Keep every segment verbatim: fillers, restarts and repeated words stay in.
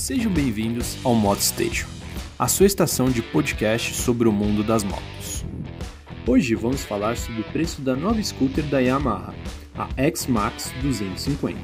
Sejam bem-vindos ao Mod Station, a sua estação de podcast sobre o mundo das motos. Hoje vamos falar sobre o preço da nova scooter da Yamaha, a X-Max duzentos e cinquenta.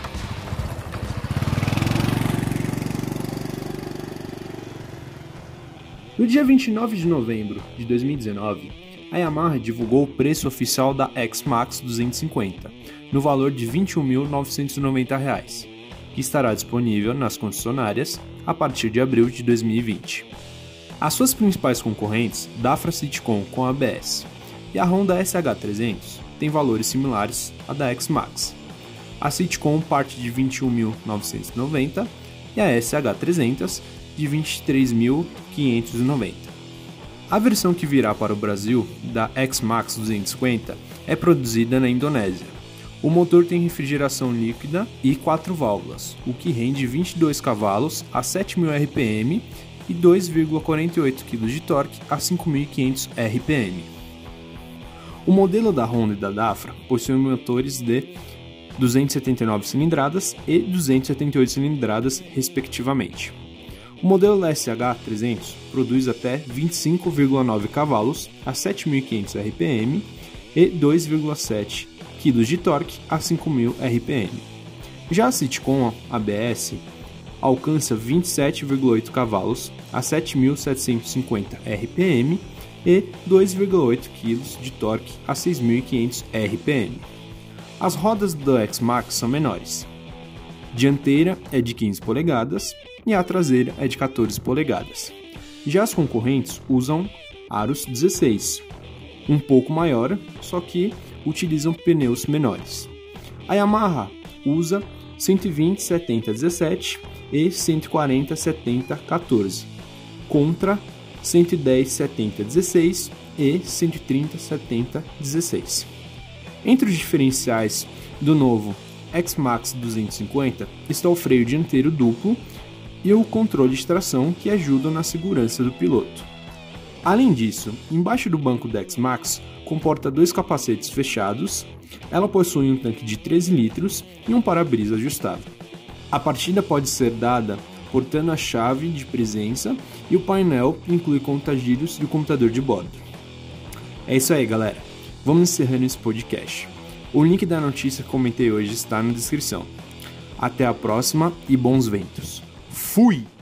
No dia vinte e nove de novembro de dois mil e dezenove, a Yamaha divulgou o preço oficial da X-Max duzentos e cinquenta, no valor de vinte e um mil novecentos e noventa reais, que estará disponível nas concessionárias a partir de abril de dois mil e vinte. As suas principais concorrentes, Dafra Citicon com A B S e a Honda S H trezentos, têm valores similares à da X-Max. A Citicon parte de vinte e um mil novecentos e noventa e a S H trezentos de vinte e três mil quinhentos e noventa. A versão que virá para o Brasil da X-Max duzentos e cinquenta é produzida na Indonésia. O motor tem refrigeração líquida e quatro válvulas, o que rende vinte e dois cavalos a sete mil R P M e dois vírgula quarenta e oito quilos de torque a cinco mil e quinhentos R P M. O modelo da Honda e da Dafra possui motores de duzentas e setenta e nove cilindradas e duzentas e setenta e oito cilindradas, respectivamente. O modelo da S H trezentos produz até vinte e cinco vírgula nove cavalos a sete mil e quinhentos R P M e dois vírgula sete quilos de torque a cinco mil R P M. Já a Citicon A B S alcança vinte e sete vírgula oito cavalos a sete mil setecentos e cinquenta R P M e dois vírgula oito quilos de torque a seis mil e quinhentos R P M. As rodas da X-Max são menores. Dianteira é de quinze polegadas e a traseira é de quatorze polegadas. Já as concorrentes usam aros dezesseis, um pouco maior, só que utilizam pneus menores. A Yamaha usa cento e vinte setenta dezessete e cento e quarenta setenta quatorze, contra cento e dez setenta dezesseis e cento e trinta setenta dezesseis. Entre os diferenciais do novo X-Max duzentos e cinquenta está o freio dianteiro duplo e o controle de tração, que ajudam na segurança do piloto. Além disso, embaixo do banco da X-Max comporta dois capacetes fechados, ela possui um tanque de treze litros e um para-brisa ajustável. A partida pode ser dada portando a chave de presença e o painel inclui contagilhos e o computador de bordo. É isso aí, galera. Vamos encerrando esse podcast. O link da notícia que comentei hoje está na descrição. Até a próxima e bons ventos. Fui!